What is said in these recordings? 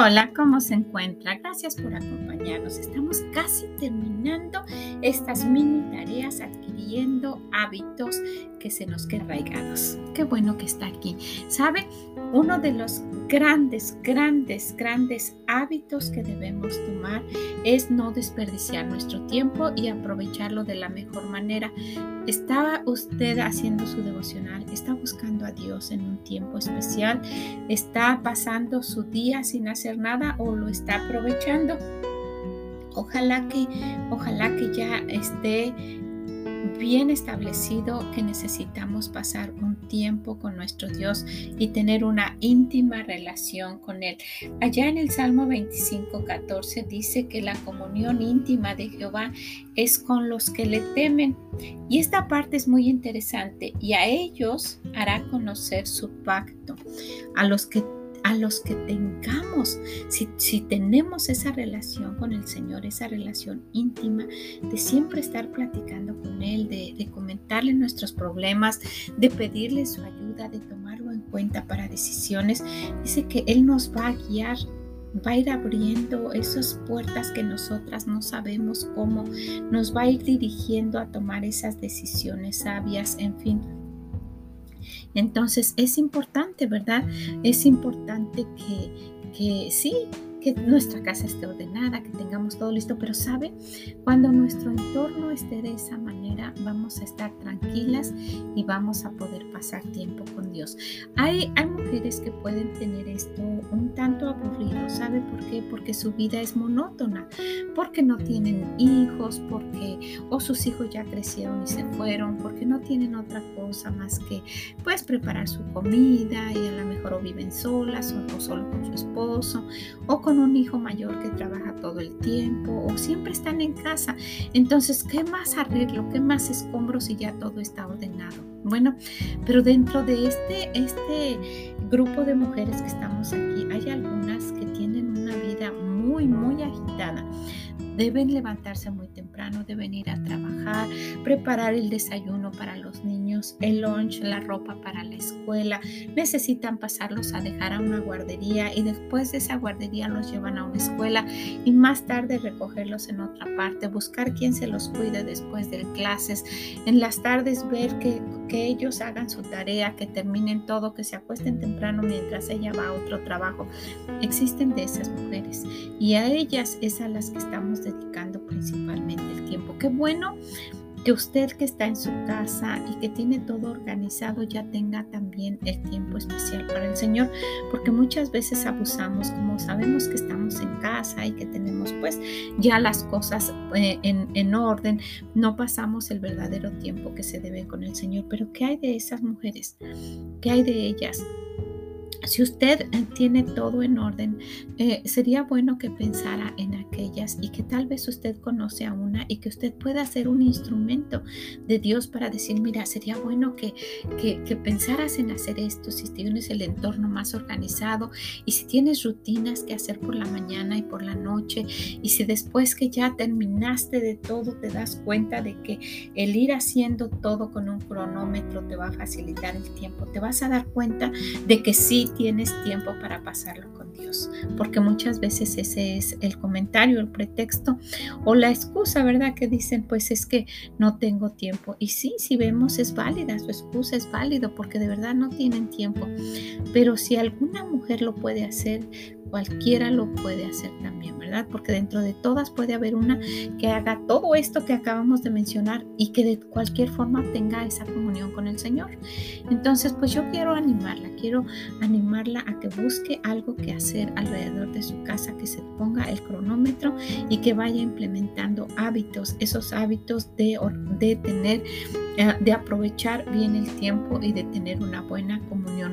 Hola, ¿cómo se encuentra? Gracias por acompañarnos. Estamos casi terminando estas mini tareas, adquiriendo hábitos que se nos quedan arraigados. Qué bueno que está aquí. ¿Sabe? Uno de los grandes hábitos que debemos tomar es no desperdiciar nuestro tiempo y aprovecharlo de la mejor manera. ¿Estaba usted haciendo su devocional? ¿Está buscando a Dios en un tiempo especial? ¿Está pasando su día sin hacer nada o lo está aprovechando? Ojalá que ya esté bien establecido que necesitamos pasar un tiempo con nuestro Dios y tener una íntima relación con Él. Allá en el Salmo 25:14 dice que la comunión íntima de Jehová es con los que le temen. Y esta parte es muy interesante. Y a ellos hará conocer su pacto. A los que tengamos, si tenemos esa relación con el Señor, esa relación íntima de siempre estar platicando con Él, de comentarle nuestros problemas, de pedirle su ayuda, de tomarlo en cuenta para decisiones, dice que Él nos va a guiar, va a ir abriendo esas puertas que nosotras no sabemos cómo, nos va a ir dirigiendo a tomar esas decisiones sabias, en fin. Entonces es importante, ¿verdad? Es importante que sí, que nuestra casa esté ordenada, que tengamos todo listo, pero ¿sabe? Cuando nuestro entorno esté de esa manera, vamos a estar tranquilas y vamos a poder pasar tiempo con Dios. Hay mujeres que pueden tener esto un tanto aburrido, ¿sabe por qué? Porque su vida es monótona, porque no tienen hijos, o sus hijos ya crecieron y se fueron, porque no tienen otra cosa más que pues preparar su comida y a lo mejor o viven solas o solo con su esposo o con un hijo mayor que trabaja todo el tiempo o siempre están en casa. Entonces, ¿qué más arreglo? ¿Qué más escombro si ya todo está ordenado? Bueno, pero dentro de este grupo de mujeres que estamos aquí, hay algunas que tienen una vida muy agitada. Deben levantarse muy temprano, deben ir a trabajar, preparar el desayuno para los niños, el lunch, la ropa para la escuela. Necesitan pasarlos a dejar a una guardería y después de esa guardería los llevan a una escuela y más tarde recogerlos en otra parte, buscar quién se los cuide después de clases. En las tardes ver que ellos hagan su tarea, que terminen todo, que se acuesten temprano mientras ella va a otro trabajo. Existen de esas mujeres y a ellas es a las que estamos dedicando principalmente el tiempo. Qué bueno que usted que está en su casa y que tiene todo organizado ya tenga también el tiempo especial para el Señor, porque muchas veces abusamos, como sabemos que estamos en casa y que tenemos pues ya las cosas en orden, no pasamos el verdadero tiempo que se debe con el Señor. Pero ¿qué hay de esas mujeres? ¿Qué hay de ellas? Si usted tiene todo en orden, sería bueno que pensara en aquellas y que tal vez usted conoce a una y que usted pueda ser un instrumento de Dios para decir, mira, sería bueno que pensaras en hacer esto, si tienes el entorno más organizado y si tienes rutinas que hacer por la mañana y por la noche y si después que ya terminaste de todo te das cuenta de que el ir haciendo todo con un cronómetro te va a facilitar el tiempo, te vas a dar cuenta de que sí tienes tiempo para pasarlo con Dios, porque muchas veces ese es el comentario, el pretexto o la excusa, ¿verdad? Que dicen, pues es que no tengo tiempo. Y sí, si vemos es válida, su excusa es válido porque de verdad no tienen tiempo. Pero si alguna mujer lo puede hacer, cualquiera lo puede hacer también, ¿verdad? Porque dentro de todas puede haber una que haga todo esto que acabamos de mencionar y que de cualquier forma tenga esa comunión con el Señor. Entonces, pues yo quiero animarla a que busque algo que hacer alrededor de su casa, que se ponga el cronómetro y que vaya implementando hábitos, esos hábitos de tener, de aprovechar bien el tiempo y de tener una buena comunión,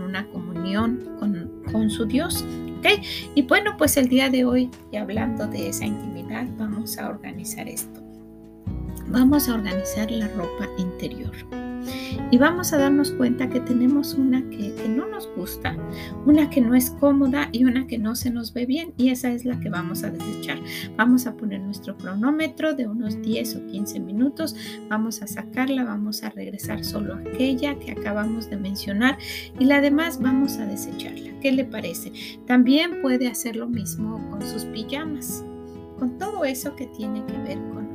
con su Dios. ¿Okay? Y bueno, pues el día de hoy, y hablando de esa intimidad, vamos a organizar esto. Vamos a organizar la ropa interior. y vamos a darnos cuenta que tenemos una que no nos gusta, una que no es cómoda y una que no se nos ve bien, y esa es la que vamos a desechar. Vamos a poner nuestro cronómetro de unos 10 o 15 minutos, vamos a sacarla, vamos a regresar solo a aquella que acabamos de mencionar y la demás vamos a desecharla. ¿Qué le parece? También puede hacer lo mismo con sus pijamas, con todo eso que tiene que ver con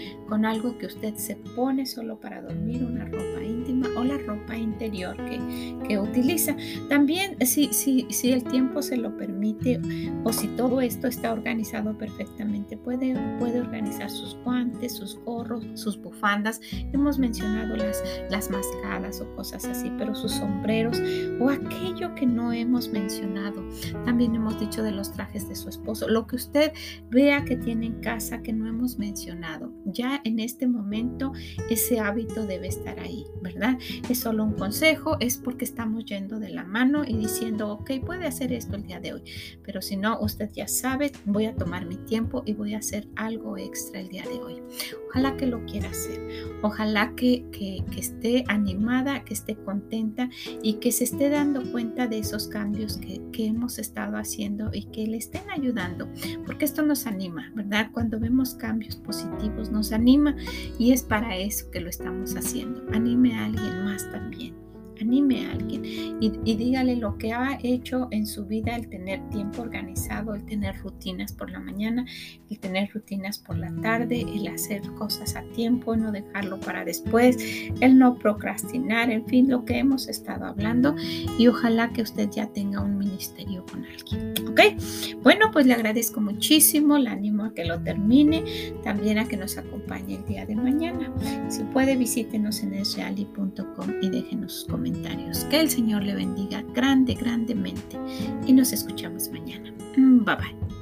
algo que usted se pone solo para dormir, una ropa íntima o la ropa interior que utiliza. También si el tiempo se lo permite o si todo esto está organizado perfectamente, puede organizar sus guantes, sus gorros, sus bufandas. Hemos mencionado las mascadas o cosas así, pero sus sombreros o aquello que no hemos mencionado. También hemos dicho de los trajes de su esposo, lo que usted vea que tiene en casa que no hemos mencionado. Ya en este momento ese hábito debe estar ahí, ¿verdad? Es solo un consejo, es porque estamos yendo de la mano y diciendo, ok, puede hacer esto el día de hoy, pero si no, usted ya sabe, voy a tomar mi tiempo y voy a hacer algo extra el día de hoy. Ojalá que lo quiera hacer, ojalá que esté animada, que esté contenta y que se esté dando cuenta de esos cambios que hemos estado haciendo y que le estén ayudando, porque esto nos anima, ¿verdad? Cuando vemos cambios positivos nos anima y es para eso que lo estamos haciendo. Anime a alguien más también. Anime a alguien y dígale lo que ha hecho en su vida, el tener tiempo organizado, el tener rutinas por la mañana, el tener rutinas por la tarde, el hacer cosas a tiempo, no dejarlo para después, el no procrastinar, en fin, lo que hemos estado hablando, y ojalá que usted ya tenga un ministerio con alguien. ¿Ok? Bueno, pues le agradezco muchísimo, le animo a que lo termine, también a que nos acompañe el día de mañana. Si puede, visítenos en esreali.com y déjenos sus comentarios. Que el Señor le bendiga grandemente y nos escuchamos mañana. Bye bye.